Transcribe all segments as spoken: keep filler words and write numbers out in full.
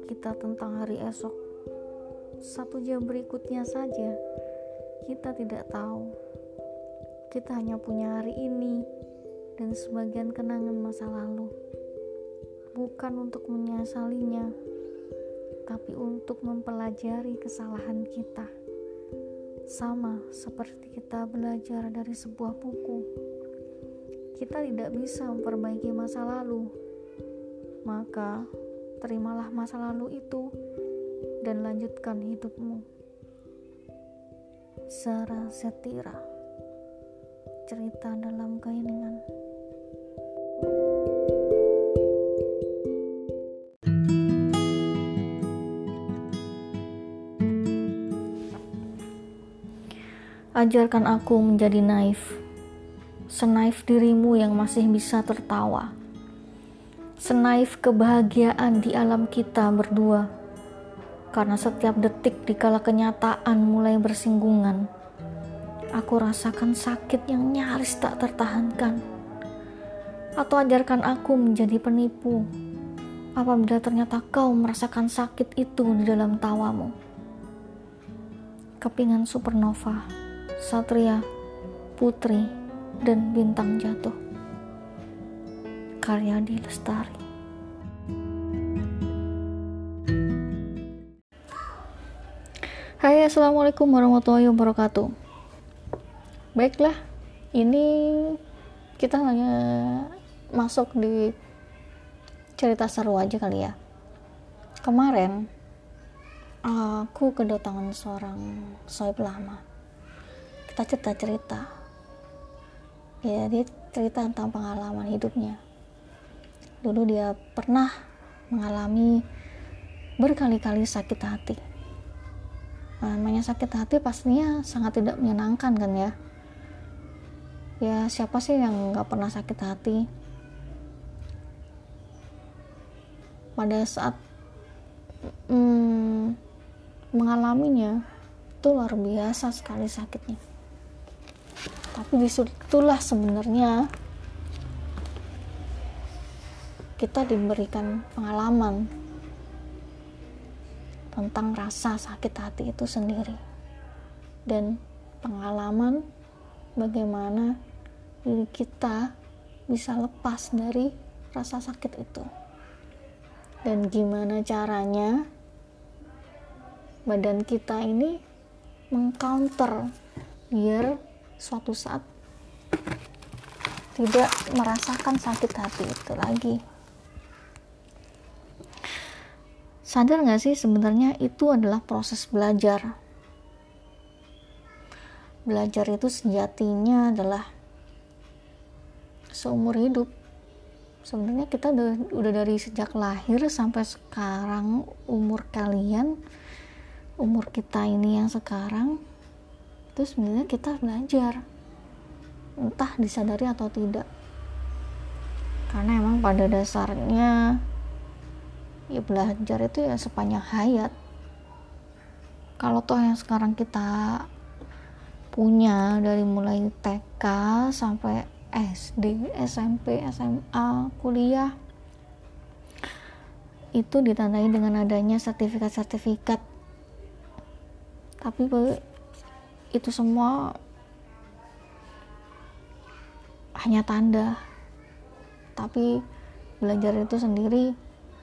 kita tentang hari esok. Satu jam berikutnya saja kita tidak tahu. Kita hanya punya hari ini dan sebagian kenangan masa lalu. Bukan untuk menyesalinya, tapi untuk mempelajari kesalahan kita. Sama seperti kita belajar dari sebuah buku. Kita tidak bisa memperbaiki masa lalu, maka terimalah masa lalu itu dan lanjutkan hidupmu. Zara Setira, cerita dalam keheningan. Ajarkan aku menjadi naif, senaif dirimu yang masih bisa tertawa, senaif kebahagiaan di alam kita berdua. Karena setiap detik dikala kenyataan mulai bersinggungan, aku rasakan sakit yang nyaris tak tertahankan. Atau ajarkan aku menjadi penipu, apabila ternyata kau merasakan sakit itu di dalam tawamu. Kepingan supernova, satria, putri, dan bintang jatuh. Karyadi Lestari. Hai, assalamualaikum warahmatullahi wabarakatuh. Baiklah, ini kita hanya masuk di cerita seru aja kali ya. Kemarin aku kedatangan seorang sohib lama. Kita cerita-cerita. Ya, dia cerita tentang pengalaman hidupnya. Dulu dia pernah mengalami berkali-kali sakit hati. Namanya sakit hati pastinya sangat tidak menyenangkan kan ya. Ya, siapa sih yang gak pernah sakit hati? Pada saat hmm, mengalaminya itu luar biasa sekali sakitnya. Tapi disitulah sebenarnya kita diberikan pengalaman tentang rasa sakit hati itu sendiri, dan pengalaman bagaimana diri kita bisa lepas dari rasa sakit itu, dan gimana caranya badan kita ini mengcounter biar suatu saat tidak merasakan sakit hati itu lagi. Sadar gak sih sebenarnya itu adalah proses belajar. Belajar itu sejatinya adalah seumur hidup. Sebenarnya kita udah, udah dari sejak lahir sampai sekarang, umur kalian, umur kita ini yang sekarang, itu sebenarnya kita belajar. Entah disadari atau tidak. Karena emang pada dasarnya ya belajar itu ya sepanjang hayat. Kalau toh yang sekarang kita punya dari mulai T K sampai S D, S M P, S M A, kuliah, itu ditandai dengan adanya sertifikat-sertifikat. Tapi itu semua hanya tanda. Tapi belajar itu sendiri,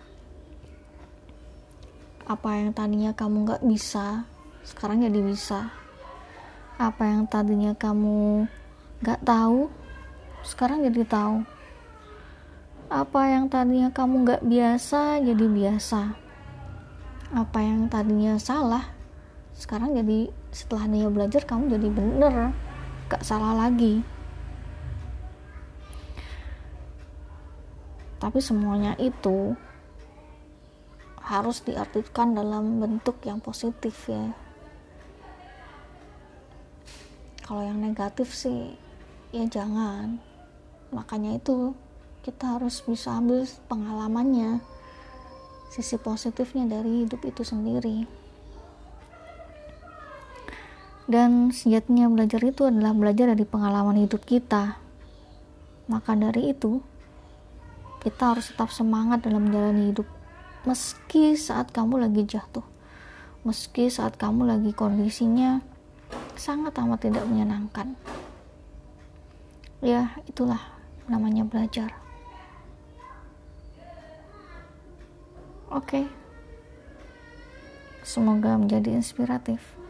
apa yang tadinya kamu gak bisa, sekarang jadi bisa. Apa yang tadinya kamu gak tahu, sekarang jadi tahu. Apa yang tadinya kamu gak biasa, jadi biasa. Apa yang tadinya salah, sekarang jadi setelah dia belajar kamu jadi bener, gak salah lagi. Tapi semuanya itu harus diartikan dalam bentuk yang positif ya. Kalau yang negatif sih ya jangan. Makanya itu kita harus bisa ambil pengalamannya, sisi positifnya dari hidup itu sendiri. Dan sejatinya belajar itu adalah belajar dari pengalaman hidup kita. Maka dari itu kita harus tetap semangat dalam menjalani hidup. meski saat kamu lagi jatuh, meski saat kamu lagi kondisinya sangat amat tidak menyenangkan. Ya, itulah namanya belajar. Oke, semoga menjadi inspiratif.